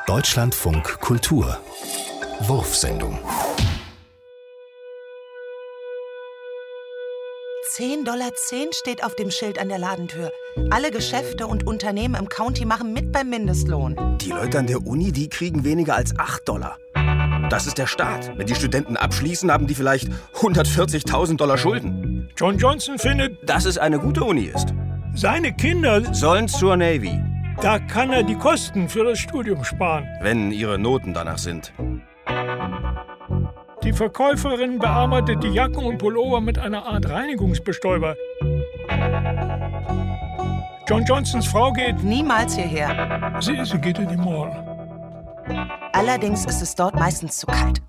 Deutschlandfunk Kultur Wurfsendung. $10,10 steht auf dem Schild an der Ladentür. Alle Geschäfte und Unternehmen im County machen mit beim Mindestlohn. Die Leute an der Uni, die kriegen weniger als $8. Das ist der Staat. Wenn die Studenten abschließen, haben die vielleicht $140.000 Schulden. John Johnson findet, dass es eine gute Uni ist. Seine Kinder sollen zur Navy. Da kann er die Kosten für das Studium sparen. Wenn ihre Noten danach sind. Die Verkäuferin bearbeitet die Jacken und Pullover mit einer Art Reinigungsbestäuber. John Johnsons Frau geht niemals hierher. Sie geht in die Mall. Allerdings ist es dort meistens zu kalt.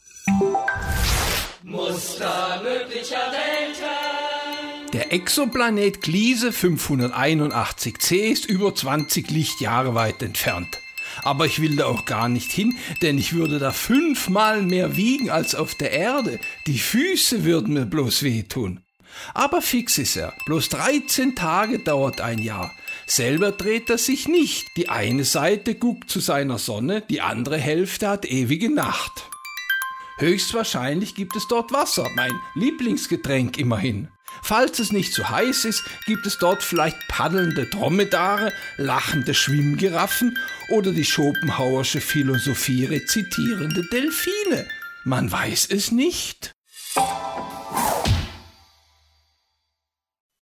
Muster möglicher Welten. Der Exoplanet Gliese 581c ist über 20 Lichtjahre weit entfernt. Aber ich will da auch gar nicht hin, denn ich würde da 5-mal mehr wiegen als auf der Erde. Die Füße würden mir bloß wehtun. Aber fix ist er. Bloß 13 Tage dauert ein Jahr. Selber dreht er sich nicht. Die eine Seite guckt zu seiner Sonne, die andere Hälfte hat ewige Nacht. Höchstwahrscheinlich gibt es dort Wasser, mein Lieblingsgetränk immerhin. Falls es nicht zu heiß ist, gibt es dort vielleicht paddelnde Dromedare, lachende Schwimmgiraffen oder die Schopenhauersche Philosophie rezitierende Delfine. Man weiß es nicht.